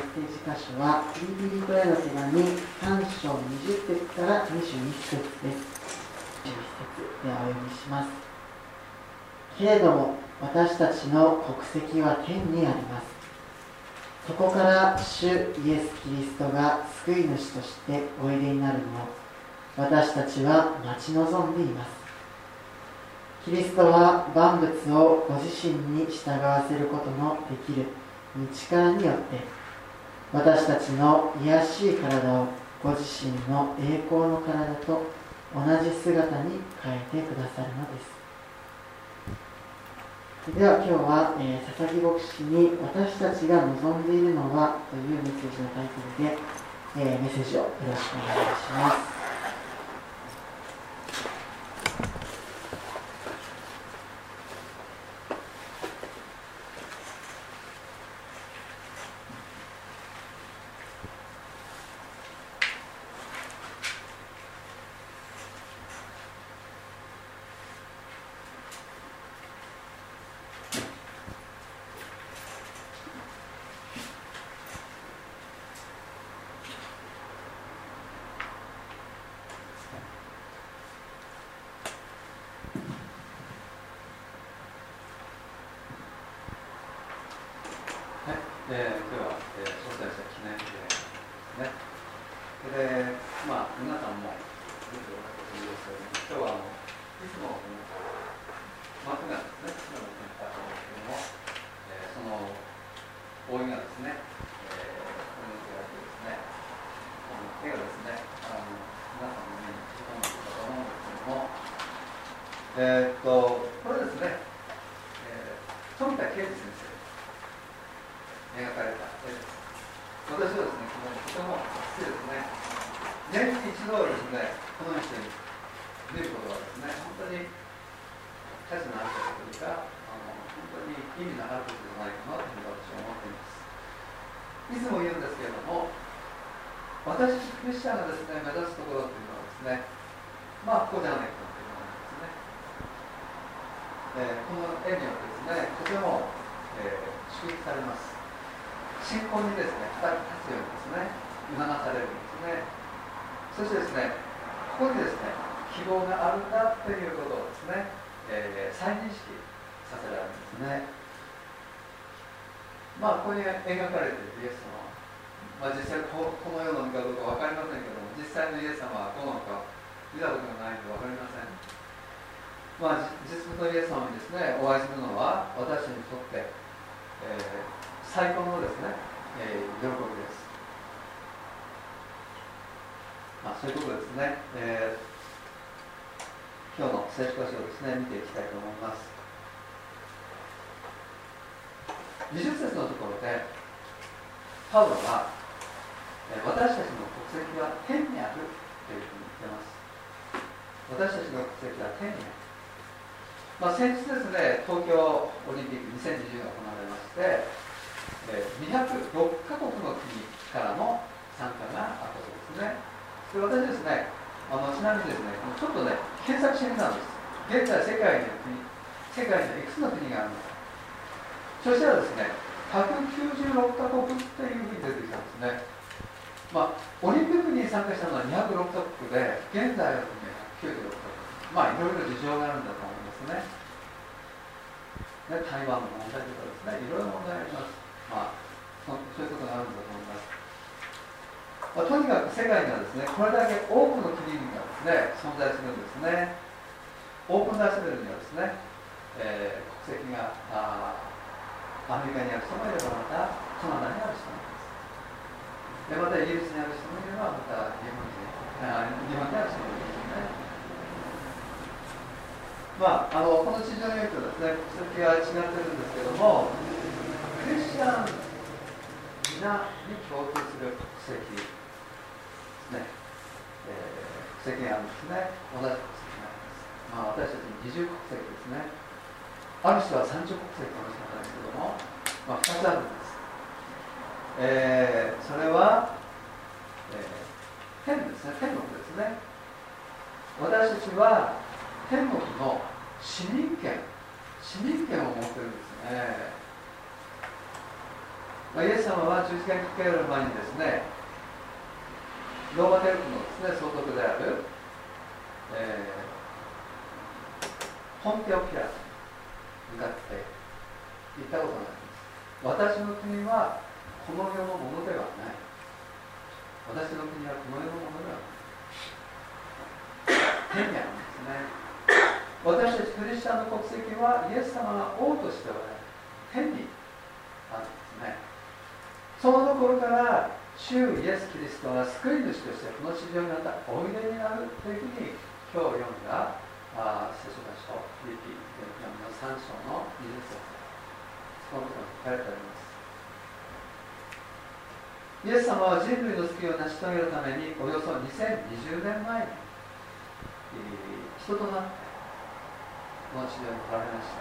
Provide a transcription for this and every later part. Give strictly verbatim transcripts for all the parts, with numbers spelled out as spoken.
セージ箇所はフィリピリトへの手紙さん章にじゅっ節からにじゅういち節です。にじゅういち節ではお読みします。けれども私たちの国籍は天にあります。そこから主イエス・キリストが救い主としておいでになるのを私たちは待ち望んでいます。キリストは万物をご自身に従わせることのできる御力によって私たちの卑しい体をご自身の栄光の体と同じ姿に変えてくださるのです。では今日は、えー、佐々木牧師に私たちが望んでいるのはというメッセージのタイトルで、えー、メッセージをよろしくお願いします。 えー、今日は、えー、招待者記念日ですね。で、まあ、皆さんも見ておられると思うんですけども、今日はあのいつもこの幕がですね、今の先輩なんですけども、えー、その覆いがですね、えー、この手がですね、この手がですね、あの皆さんの目に飛び込んでいるかと思うんですけども、えー、っと、これですね、えー、富田啓二先生描かれた絵です。私はですね、このとても好きですね。年に一度はですね、この人に見ることはですね、本当に価値のあることというか、あの本当に意味のあることじゃないかなというふうに私は思っています。いつも言うんですけれども、私クリスチャンがですね、目指すところというのはですね、まあここじゃないかというものですね。えー、この絵によってですね、とても、えー、刺激されます。信仰にですね、働きかつようにですね、促されるんですね。そしてですね、ここにですね、希望があるんだということをですね、えー、再認識させられるんですね。まあ、ここに描かれているイエス様は、まあ、実際こ、このようなのかどうか分かりませんけども、実際のイエス様はどうなのか見たことがないので分かりません。まあ、実物のイエス様にですね、お会いするのは私にとって、えー最高のですね、えー、喜びです。まあ、そういうことですね、えー、今日の聖書箇所をですね、見ていきたいと思います。にじゅっ節のところで、パウロは、えー、私たちの国籍は天にあるというふうに言っています。私たちの国籍は天にある。まあ、先日ですね、東京オリンピックにせんにじゅうが行われまして、にひゃくろっかこくの国からの参加があったそうですね。で、私ですね、あのちなみにですね、ちょっとね、検索してみたんです。現在世界には国、世界にはいくつの国があるのか。そしたらですね、ひゃくきゅうじゅうろっかこくっていうふうに出てきたんですね。まあ、オリンピックに参加したのはにひゃくろっかこくで、現在はひゃくきゅうじゅうろっかこく。まあ、いろいろ事情があるんだと思いますね。ね、台湾の問題とかですね、いろいろ問題あります。まあ、そそういうことがあるんだと思います。まあ、とにかく世界にはですね、これだけ多くの国々がですね、存在するんですね。オープンなレベルにはですね、えー、国籍があアメリカにある人もいれば、またカナダにある人もいます。でまたイギリスにある人もいれば、また日本にあ日本にある人もいますね。まあ、あのこの地上においてはですね、国籍は違ってるんですけども、クリスチャン皆に共通する国籍ですね、えー、国籍があるんですね。同じ国籍があります。まあ、私たちに二重国籍ですね。ある人は三重国籍かもしれないですけども、まあ、ふたつあるんです。えー、それは、えー、天ですね、天国ですね。私たちは天国の市民権、市民権を持ってるんですね。 まあ、イエス様は十字架にかけられる前にですね、ローマ帝国のですね、総督である、えー、ポンテオ・ピラトに向かって言ったことがあります。私の国はこの世のものではない。私の国はこの世のものではない。天にあるんですね。私たちクリスチャンの国籍はイエス様が王としておられる天にあるんですね。そのところから主イエス・キリストが救い主としてこの地上にまたおいでになるというふうに今日読んだあ聖書箇所フィリピンのさん章のにじゅっ節、そのことが書かれております。イエス様は人類の救いを成し遂げるためにおよそにせんにじゅうねんまえに、えー、人となってこの地上に来られました。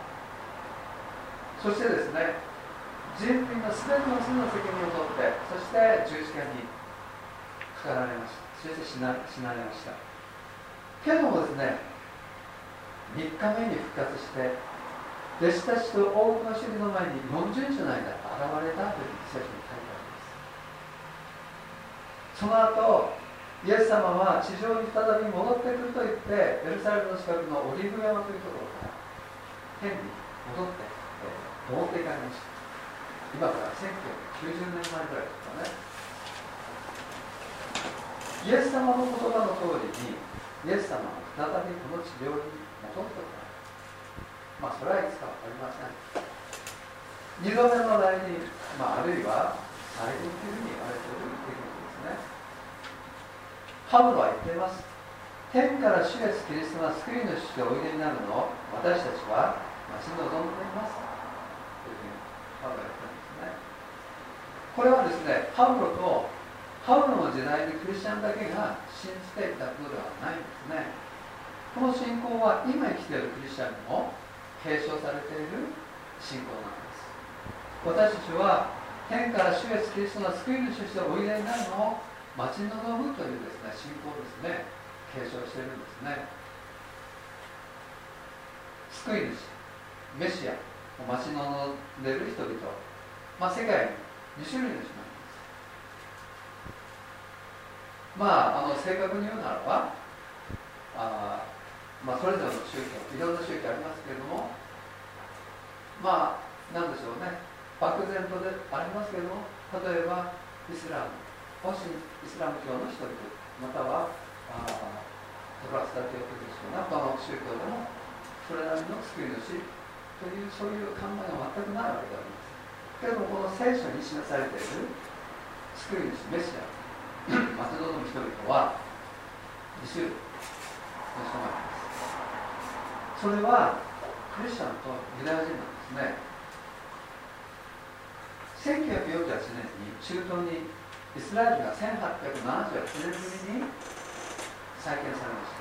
そしてですね、人類のすべての罪の責任を取って、そして十字架にかかられました。そして死な、死なれました。けどもですね、みっかめに復活して、弟子たちと多くの主義の前によんじゅうにちの間現れたという聖書に書いてあります。その後、イエス様は地上に再び戻ってくると言って、エルサレムの近くのオリーブ山というところから天に戻って、えー、登っていかれました。今からせんきゅうひゃくきゅうじゅうねんまえぐらいですかね。イエス様の言葉の通りに、イエス様は再びこの地上に戻ってこられる。まあ、それはいつか分かりません。二度目の来臨、まあ、あるいは再臨というふうに言われている出来事ですね。パウロは言っています。天から主イエスキリストが救い主としておいでになるのを私たちは待ち望んでいます。というふうにパウロは言っているんですね。これはですね、パウロとパウロの時代にクリスチャンだけが信じていたことではないんですね。この信仰は今生きているクリスチャンにも継承されている信仰なんです。私たちは天から主イエスキリストが救い主としておいでになるのを待ち望むというですね、信仰をですね、継承しているんですね。救い主、メシアを待ち望んでいる人々、まあ、世界にに種類の人なんです。まあ、あの正確に言うならば、あまあ、それぞれの宗教、いろんな宗教ありますけれども、まあ、なんでしょうね、漠然とでありますけれども、例えばイスラム、もしイスラム教の人々、またはあトラスタ教というような他の宗教でも、それなりの救い主という、そういう考えが全くないわけであります。けれども、この聖書に示されている救い主、メシア、待ち望む人々はに種類の人がいます。それはクリスチャンとユダヤ人なんですね。せんきゅうひゃくよんじゅうはちねんに中東にイスラエルがせんはっぴゃくななじゅうはちねんぶりに再建されました。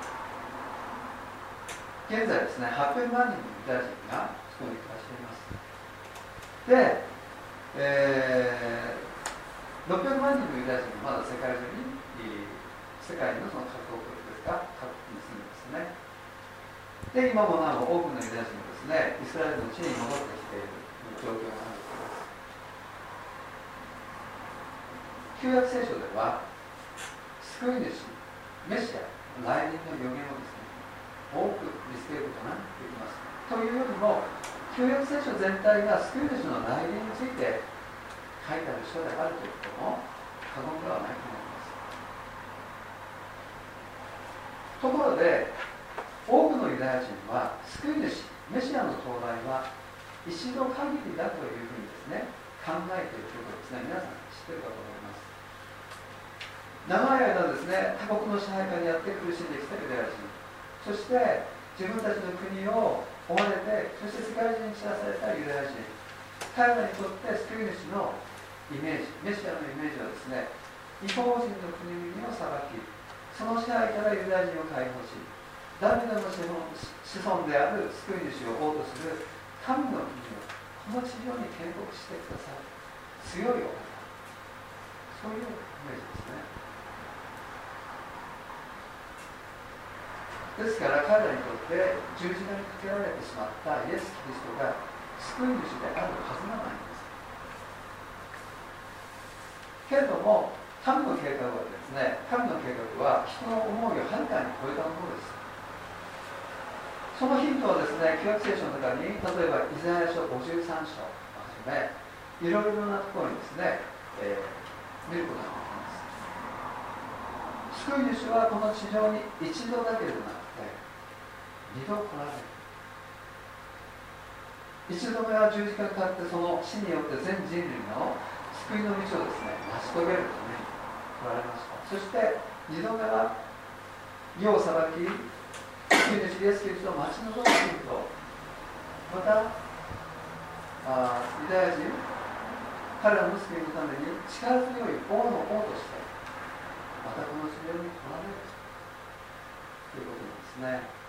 現在ですね、はっぴゃくまんにんのユダヤ人がそこに暮らしています。で、えー、ろっぴゃくまんにんのユダヤ人がまだ世界中に、世界のその各国ですか、各国に住んでますね。で、今もなお多くのユダヤ人がですね、イスラエルの地に戻ってきている状況があるそうです。旧約聖書では、救い主、メシア、来臨の予言をですね、多く見つけることができます。というよりも、旧約聖書全体が救い主の来臨について書いてある書であるということも過言ではないと思います。ところで、多くのユダヤ人は救い主、メシアの到来は一度限りだというふうにですね、考えているということですね、皆さん知っているかと思います。長い間ですね、他国の支配下にあって苦しんできたユダヤ人、そして自分たちの国を追われて、そして世界中に知らされたユダヤ人、彼らにとって救い主のイメージ、メシアのイメージはですね、異邦人の国々を裁き、その支配からユダヤ人を解放し、ダビデの子孫である救い主を王とする神の国をこの地上に建国してくださる強いお方、そういうイメージですね。ですから彼らにとって十字架にかけられてしまったイエス・キリストが救い主であるはずがないんです。 けれども神の計画はですね、神の計画は人の思いをはるかに超えたものです。そのヒントはですね、旧約聖書の中に、例えばイザヤ書ごじゅうさん章をはじめ、いろいろなところにですね、えー、見ることができます。救い主はこの地上に一度だけではなくて、二度来られる。一度目は十字架にかかって、その死によって全人類の救いの道をですね、成し遂げるために来られました。そして二度目は世を裁き、救い主イエス・キリストを待ち望む人、またあユダヤ人、彼らの救いのために力強い王の王としてまたこの地上に来られるということなんですね。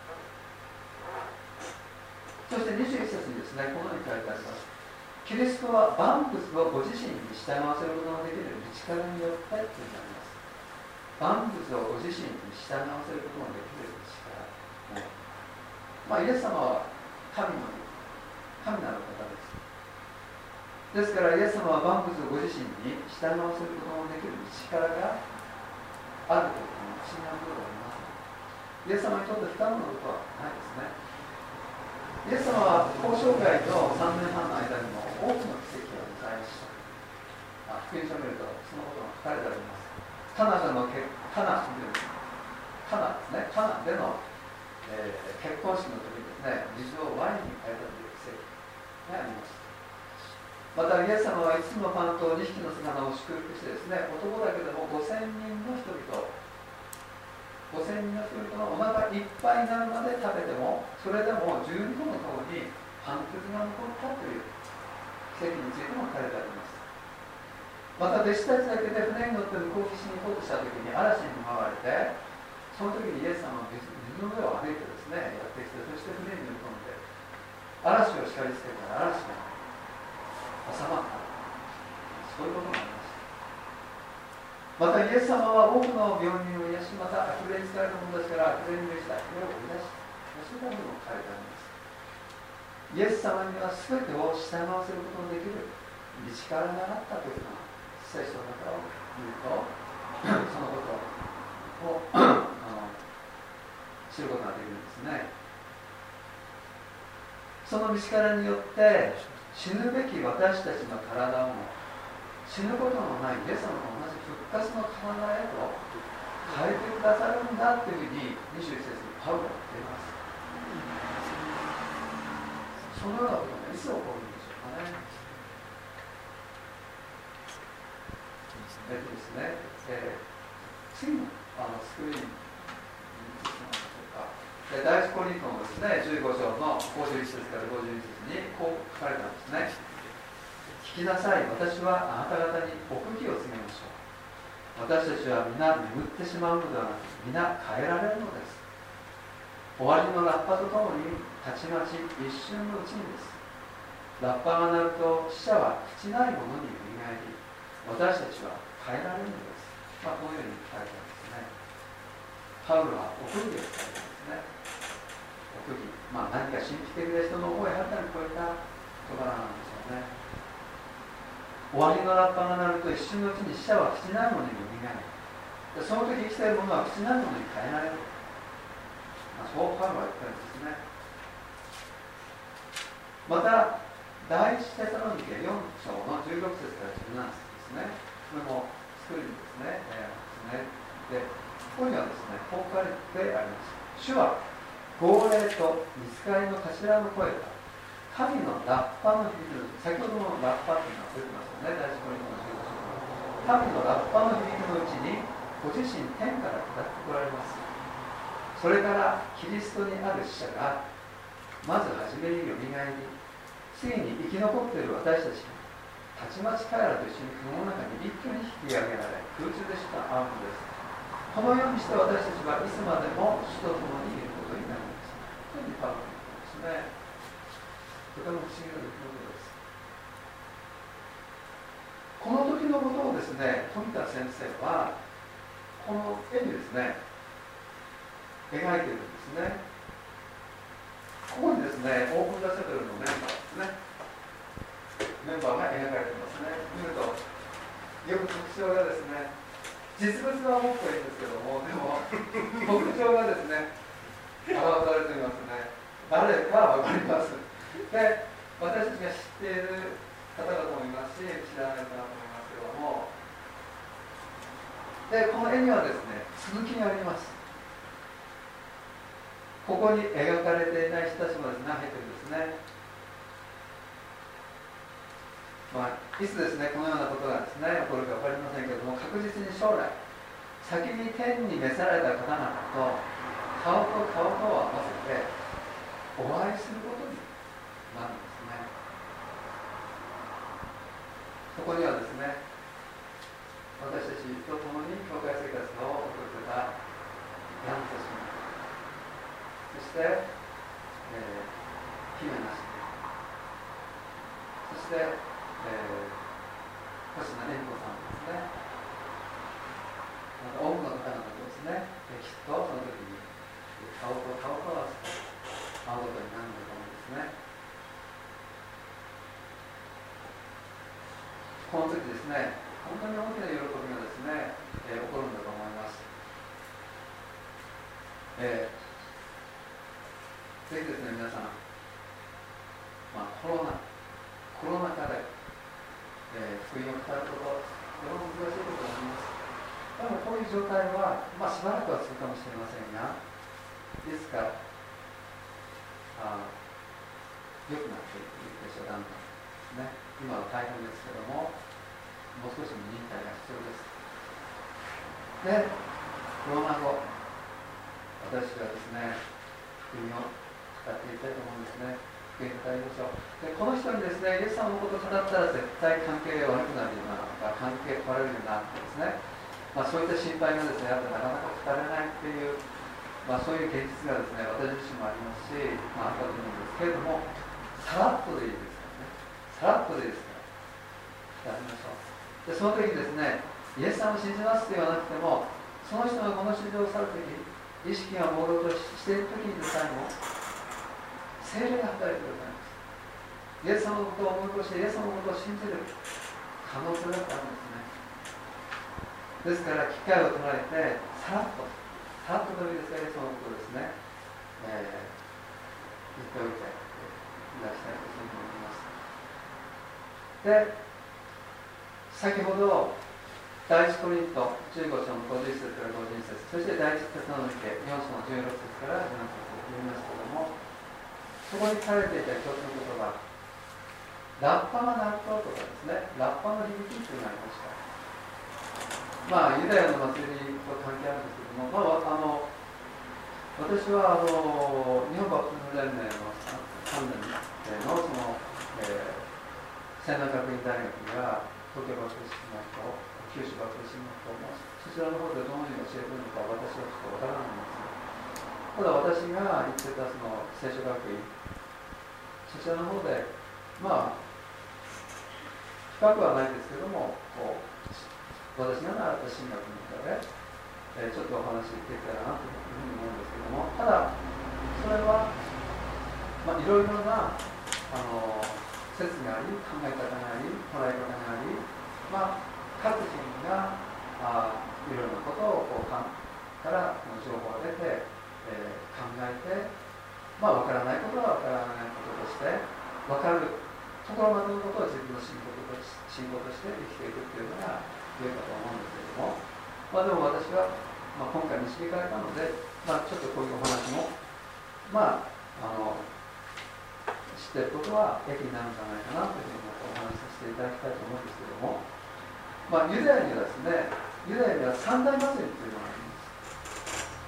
そしてにじゅういち節にですね、このように書いてあります。キリストは万物をご自身に従わせることができる道からによってというのがあります。万物をご自身に従わせることができる道から、ね、まあ、イエス様は神の神なる方です。ですからイエス様は万物をご自身に従わせることができる道からがあるという不思議なことであります。イエス様にとって不可能なことはないですね。イエス様は交渉会とさんねんはんの間にも多くの奇跡がございました。あ、福音書を見るとそのことが書かれてあります。カナでの結カナカナですね、カナでの、えー、結婚式の時にですね、水をワインに変えたという奇跡があります。またイエス様はいつつのパンとにひきの魚を祝福してですね、男だけでもごせんにんの人々ごせんにんの人々のお腹いっぱいになるまで食べても、それでもじゅうにこの顔にパンくずが残ったという奇跡についても書かれてあります。また弟子たちだけで船に乗って向こう岸に行こうとした時に嵐に見舞われて、その時にイエス様は水の上を歩いてですね、やってきて、そして船に乗り込んで嵐を叱りつけたら嵐が収まった。そういうことがあります。またイエス様は多くの病人を癒し、また悪霊に疲れたものですから悪霊に召した悪霊を癒し、そういうためにも書かれてあります。イエス様には全てを従わせることのできる道からがあったというのは聖書の中を見るとそのことをあの知ることができるんですね。その道からによって死ぬべき私たちの体をも死ぬことのないイエス様と同じ復活の体へと変えてくださるんだというふうににじゅういち節にパウロは言っています。そのようなことがいつ起こるんでしょうかね。えっとですね、えー、次のあのスクリーンに移しましょうか。で第一コリントのですね、じゅうご章のごじゅういち節からごじゅうに節にこう書かれたんですね。聞きなさい、私はあなた方に奥義を告げましょう。私たちは皆眠ってしまうのではなく、皆変えられるのです。終わりのラッパとともにたちまち一瞬のうちにです。ラッパが鳴ると死者は朽ちないものによみがえり、私たちは変えられるのです。まあ、このように書いてあるんですね。パウロは奥義を書いてあるんですね。奥義、まあ、何か神秘的な人の思いをはるかに超えた言葉なんでしょうね。終わりのラッパが鳴ると一瞬のうちに死者は朽ちないものによみがえる。その時生きているものは朽ちないものに変えられる。まあ、そうパウロは言ってるんですね。また第一テサロニケよん章のじゅうろく節からじゅうなな節ですね。これもスクリーンですね。えー、ですね。で、ここにはですね、こう書かれてあります。主は号令と見つかりの頭の声が神のラッパの響きの、先ほどのラッパっていうのが出てますよね、第一コリントのじゅうご章。神のラッパの響きのうちに、ご自身天から下ってこられます。それからキリストにある死者が、まず初めによみがえり、次に生き残っている私たちが、たちまち彼らと一緒に雲の中に一挙に引き上げられ、空中でした会うのです。このようにして私たちはいつまでも主と共にいることになるのです。というふうにパウロは言ってますね。とても不思議な出来事です。この時のことをですね、富田先生はこの絵にですね描いているんですね。ここにですね、オープン・ザ・シャトルのメンバーですね。メンバーが描かれていますね。見ると、 よく特徴がですね、実物はもっといいんですけども、でも特徴がですね表されていますね。誰か分かります。で、私たちが知っている方々もいますし、知らない方もいますけども、で、この絵にはですね、続きがあります。ここに描かれていない人たちもですね、入ってるんですね。まあ、いつですね、このようなことがですね、起こるか分かりませんけれども、確実に将来、先に天に召された方々と顔と顔とを合わせてお会いすることになるんですね。そこにはですね、私たちと共に教会生活を送ってたヤンセシン、そして、えー、姫なし、そして、えー、星名恵美子さんですね。多くの方々とですね、きっとその時に顔と顔と合わせて会うことになるんだと思うんですね。この時ですね、本当に大きな喜びがですね、えー、起こるんだと思います。えー、ぜひですね、皆さん、まあ、コロナ、コロナ禍で、えー、福音を語ること、とても難しいことになります。でもこういう状態は、まあ、しばらくは続くかもしれませんが、いつかあ良くなっていくでしょう、だんだんですね。今は大変ですけども、もう少しの忍耐が必要です。で、コロナ後、私はですね、福音を語っていきたいと思うんですね。福音を語りましょう。で、この人にですね、イエス様のことを語ったら絶対関係が悪くなるような、関係が壊れるようになってですね、まあ、そういった心配がですね、やっぱなかなか語れないっていう、まあ、そういう現実がですね、私自身もありますし、まあ、あったと思うんですけれども、さらっとでいいですからね、さらっとでいいですから、やりましょう。で、その時ですね、イエス様を信じますと言わなくても、その人がこの市場を去る時、意識が朦朧としている時にでさえも、聖霊が働いてくださいます。イエス様のことを思い越して、イエス様のことを信じる可能性があるんですね。ですから、機会を捉えて、さらっと、さらっとでもいいですが、イエス様のことをですね、えー、言っておいていらっしゃいというふうに思います。で、先ほど、第一コリントじゅうご章のごじゅっ節からごじゅうに節、そして第一テサロニケよん章のじゅうろく節からじゅうなな節を読みましたけども、そこに書かれていた一つの言葉、ラッパが鳴ったとかですね、ラッパの響きというのがありました。まあ、ユダヤの祭りと関係あるんですけども、まあ、あの私はあの日本バプテスト連盟のさんねんのその、えー、仙台学院大学や東京バプテスト学校、九州バプテスト学校もそちらの方でどのように教えているのか私はちょっとわからないんですが、ただ私が行ってたその聖書学院、そちらの方でまあ深くはないですけども、こう私が習った神学の中で、えー、ちょっとお話できたらなというふうに思うんですけども、ただそれは、まあ、いろいろなあの説があり、考え方があり、捉え方があり、まあ、各人があいろいろなことをこうかから情報が出て、えー、考えて、まあ、分からないことは分からないこととして分かるところまでのことを自分の信仰と信仰として生きていくっていうのが良いかと思うんですけれども、まあ、でも私は、まあ、今回導かれたので、まあ、ちょっとこういうお話も、まあ、あの知っていることは益になるんじゃないかなというふうにお話しさせていただきたいと思うんですけれども、まあ、ユダヤにはですね、ユダヤには三大祭りというのがあります。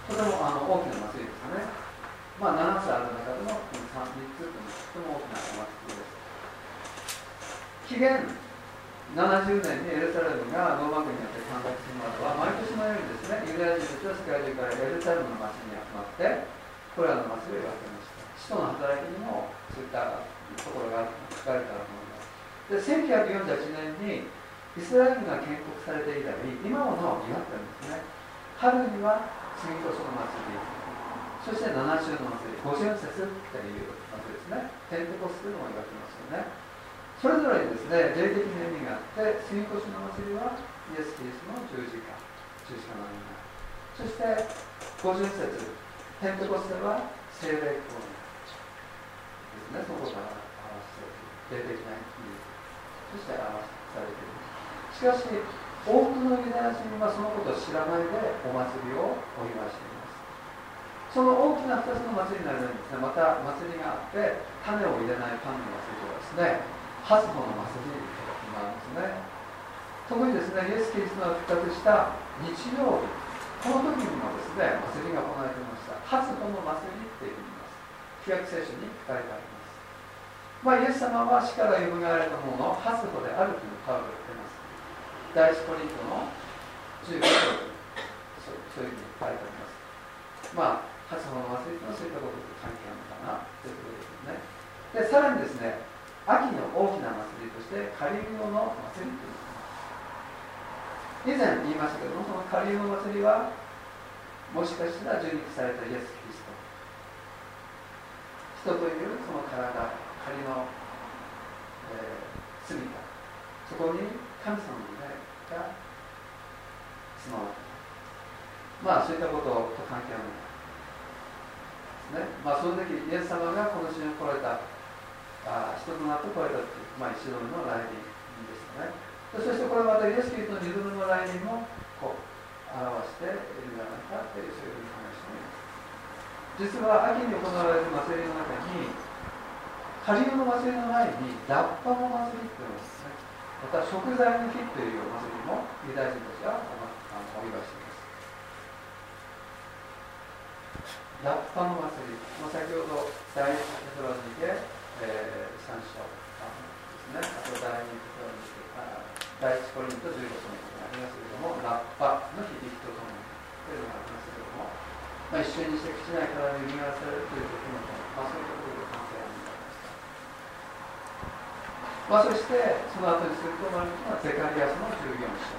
とてもあの大きな祭りですね。まあ、ななつある中でもみっつというのはとても大きなお祭りです。紀元ななじゅうねんにエルサレムがローマ軍によって陥落するまでは、毎年のようにですね、ユダヤ人たちは世界中からエルサレムの町に集まって、これらの祭りをやっていました。使徒の働きにもそういったところが書かれたと思います。で、せんきゅうひゃくよんじゅうはちねんにイスラエルが建国されて以来、今もなお祝ってるんですね。春には杉越の祭り、そして七週の祭り、五旬節っていう祭りですね。テントコステでも言われてますよね。そそれぞれにですね、霊的な意味があって、杉越の祭りはイエス・キリストの十字架、十字架の意味がある。そして五旬節、ペンテコステは聖霊降臨ですね、そこから表している霊的な意味として表されている。しかし多くのユダヤ人はそのことを知らないでお祭りをお祝いしています。その大きなふたつの祭りになるんですね。また祭りがあって、種を入れないパンの祭りとかですね、ハスモの祭りとかもあるんですね。特にですね、イエス・キリストが復活した日曜日、この時にもですね、祭りが行われていました。ハスモの祭りって言います。旧約聖書に書かれてあります。まあ、イエス様は死からよみがえられたもののハスモであるというパウロが言っています。第一コリントのじゅうご章にそういうふうに書いてあります。まあハスモの祭りというのはそういったことと関係あるのかなということですね。で、さらにですね、秋の大きな祭りとしてカリウオの祭りというのが以前言いましたけども、そのカリウオの祭りはもしかしたら受肉されたイエス・キリスト、人というその体、仮の、えー、住みか、そこに神様の霊が住まわれた。まあそういったことと関係あるのか。ね、まあ、その時イエス様がこの地に来られた、あ人となって来られたという、まあ、一度目の来臨ですよね。そしてこれまたイエス・キリストの二度目の来臨もこう表しているんじゃないかという、そういうふうに考えしています。実は秋に行われる祭りの中に、カリウの祭りの前にラッパの祭りというのがですね、また食材の日というお祭りもユダヤ人たちがお祝いしています。ラッパの祭り、まあ、先ほど第一テサロニケ、えー、さん章ですね、あと第二テサロニケ、第一コリントじゅうご章のことがありますけれども、ラッパの響きとともにというのがありますけれども、まあ、一緒にして口内から読み合わせるということの、まあ、そういうところで関係あるんだと思います。まあ、そしてその後にするとなるのはゼカリアスのじゅうよん章、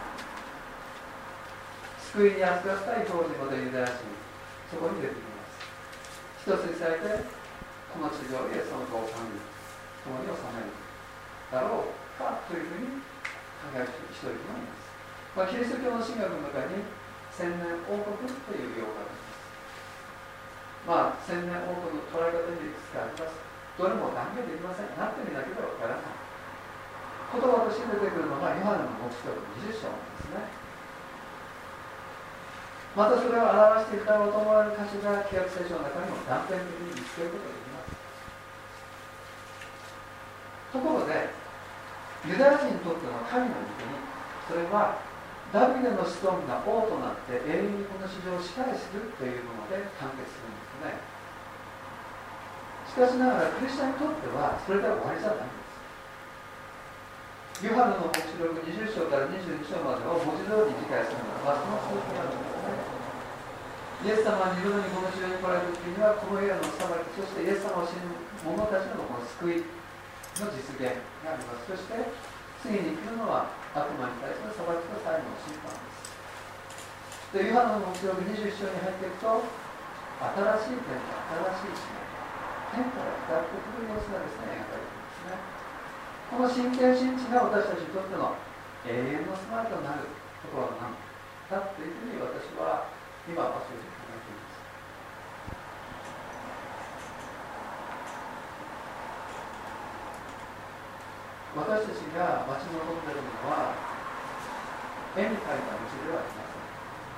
救いに預かった異邦人またユダヤ人、そこに出てきます。一つにされてこの地上へその子を神に共に治めるだろうかというふうに考える人々もいます。まあ、キリスト教の神学の中に千年王国という用語があります。まあ千年王国の捉え方にいくつかあります。どれも断言できません。なってみなければわからない。言葉として出てくるのがヨハネの黙示録にじゅう章ですね。またそれを表しているだろうと思われる箇所が旧約聖書の中にも断片的に見つけることができます。ところでユダヤ人にとっての神の御国、それはダビデの子孫が王となって永遠にこの地上を支配するというもので完結するんですね。しかしながらクリスチャンにとってはそれでは終わりじゃないんです。ヨハネの黙示録にじゅう章からにじゅうに章までを文字通りに理解するのは、その続きなんですね。イエス様は二度目にこの地上に来られた時には、この世の裁き、そしてイエス様を信じる者たちのこの救いの実現があります。そして次に来るのは悪魔に対する裁きと最後の審判です。で、ヨハネの黙示録にじゅういち章に入っていくと、新しい天と新しい地が天から下ってくる様子がですね、描かれていますね。この新天新地が私たちにとっての永遠の住まいとなるところなんだというふうに私は今はそういうふうに考えています。私たちが待ち望んでいるのは絵に描いた道ではありません。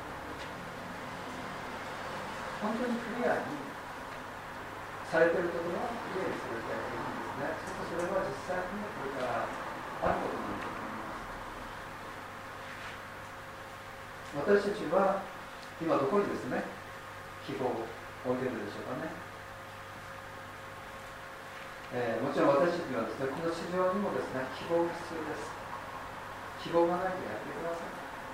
本当にクリアにされているところはクリアにされているんですね。そしてそれは実際にこれからあることなんだと思います。私たちは今どこにですね、希望を置いているでしょうかね。えー、もちろん私たちにはですね、この地上にもですね、希望が必要です。希望がないとやってください。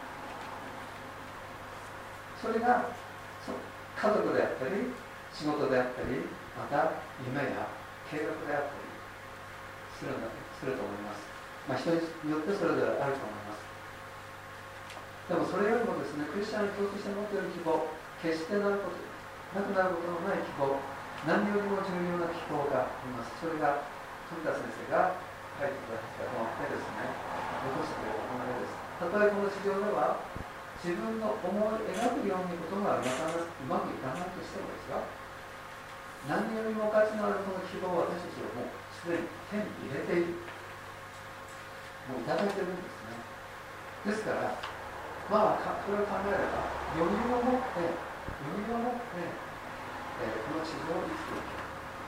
それがそ家族であったり、仕事であったり、また夢や計画であったりするんだすると思います。まあ、人によってそれぞれあると思います。でもそれよりもですね、クリスチャンに共通して持っている希望、決してなることなくなることのない希望、何よりも重要な希望があります。それが富田先生が書いてくださったこの手ですね、残してくれたこの手です。たとえこの地上では自分の思い描くようにことがうまくいかないとしてもですが、何よりも価値のあるこの希望を私たちはもうすでに手に入れている、もういただいているんですね。ですから、まあ、それを考えれば余裕を持って余裕を持って、えー、この地上を生きていく。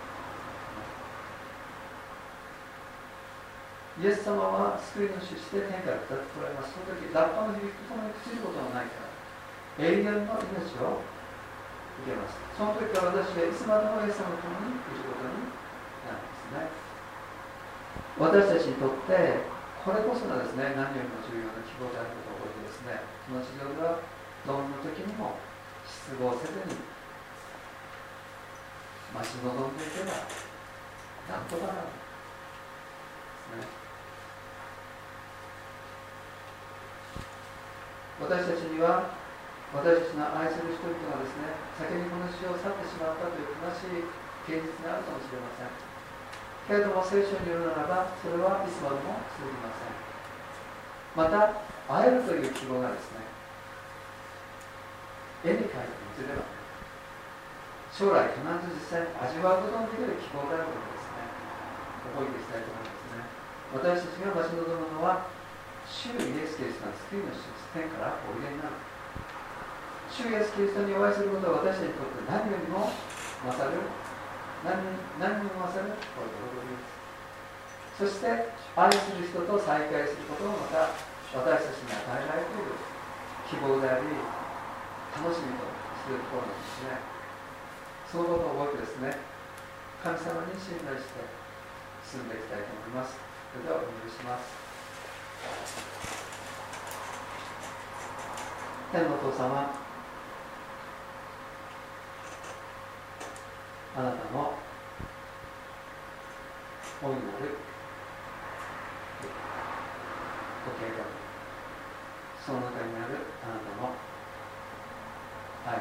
イエス様は救い主として天から下ってこられます。その時、ラッパの響きとともに朽ちることはないから、永遠の命を受けます。その時から私はいつまでもイエス様と共にいることになるんですね。私たちにとって、これこそがですね、何よりも重要な希望であることを覚えてですね、この地上ではどんな時にも失望せずに待ち望んでいけば、なんとかなるんですね。私たちには、私たちの愛する人々がですね、先にこの地を去ってしまったという悲しい現実があるかもしれません。けれども聖書によるならば、それはいつまでも続きません。また、会えるという希望がですね、絵に描いていずれは将来必ず実際に味わうことのできる希望であることですね、覚えていきたいと思いますね。私たちが待ち望むのは、主イエス・キリストの救い主です。天からおいでになる。主イエス・キリストにお会いすることは私たちにとって何よりも勝る、何, 何よりも勝るこれで喜びです。そして愛する人と再会することもまた私たちに与えられている希望であり、楽しみとするところなんですね。そのことを覚えてですね、神様に信頼して進んでいきたいと思います。それではお願いします。天のお父様、あなたの大いなるご計画、その中にあるあなたの愛、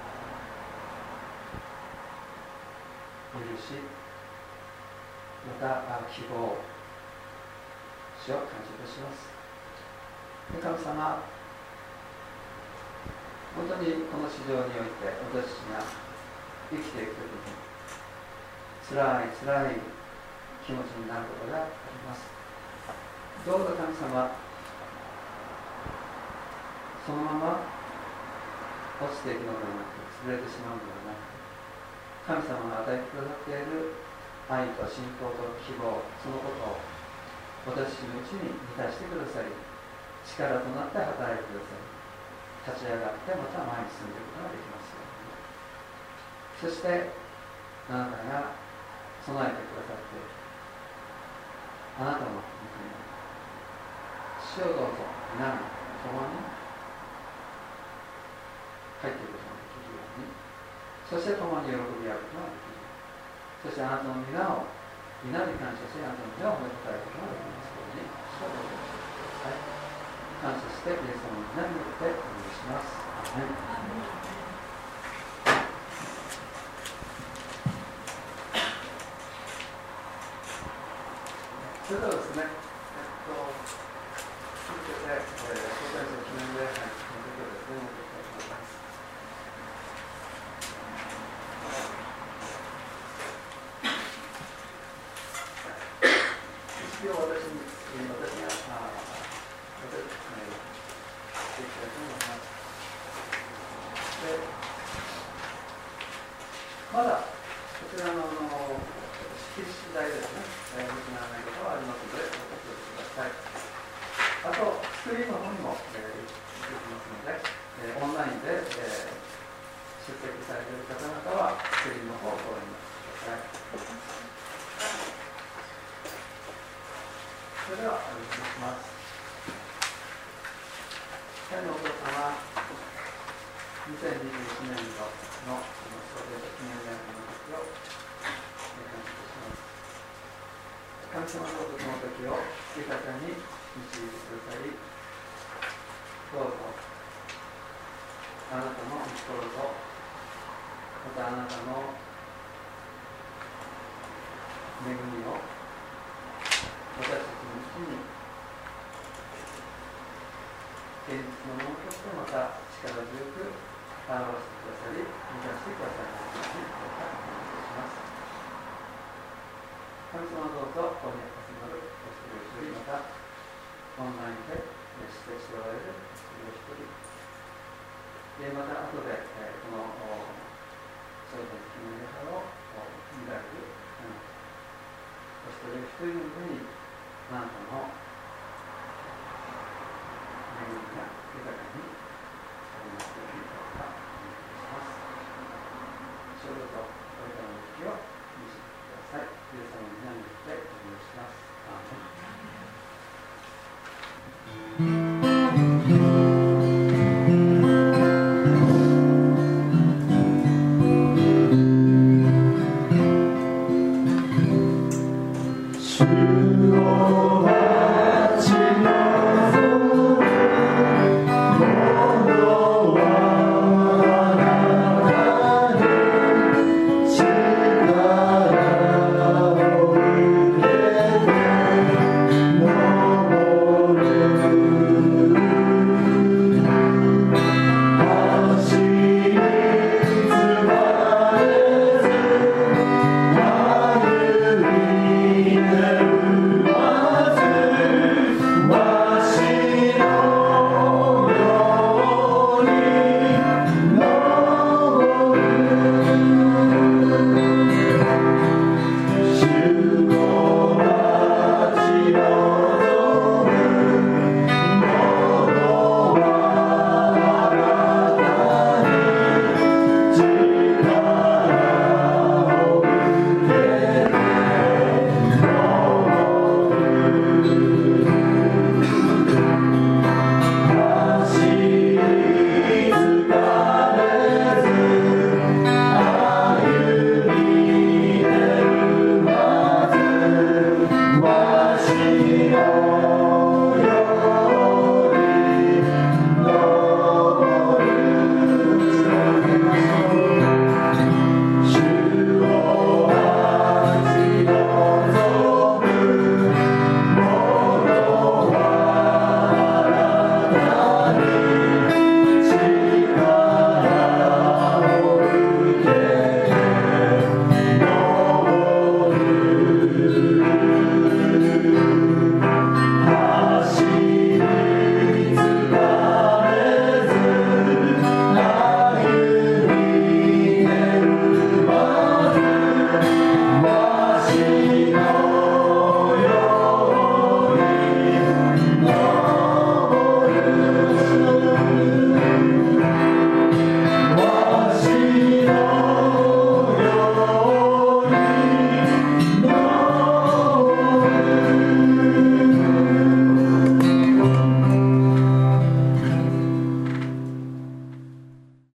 許し、また希望、主を感謝いたします。神様、本当にこの市場において私たちが生きていくときにつらいつらい気持ちになることがあります。どうぞ神様、そのまま落ちていくのではなく、潰れてしまうのではなく、神様が与えてくださっている愛と信仰と希望、そのことを私のうちに満たしてくださり、力となって働いてください。立ち上がってまた前に進んでいくことができますように。そしてあなたが備えてくださっているあなたの御国を主をどうぞ皆に共に入っていくことができるように、そして共に喜び合うことができる、そしてあなたの皆を皆に感謝し、あなたの皆を褒めたたえることができますように、主をどうぞください。感謝してイエス様の皆によってお願いします。アーメン。それではですね、えっと、続けて、えー、招待者の記念で、はい、この時をですね、持っていきたいと思います。一秒私に、私が、あ私、えー、していきたいと思います。で、まだ、こちらの、あの、式次第ですね、えー、失わないことはありますので、お気をつけください。あと、スクリーンの方にも、えー、出てきますので、えー、オンラインで、えー、出席されている方々は、スクリーンの方をご覧になってください。それでは、お願いします。天のお父様、にせんにじゅういちねん度の創業記念年の時を感謝します。神様のこの時を豊かに導いてください。どうぞあなたの御心と、またあなたの恵みを私のものとしてまた力強く表してくださり、満たしてくださいますようにどうかお願いします。神様どうぞ、ここに集まるお一人お一人、またオンラインで出席しておられるお一人お一人、でまた後で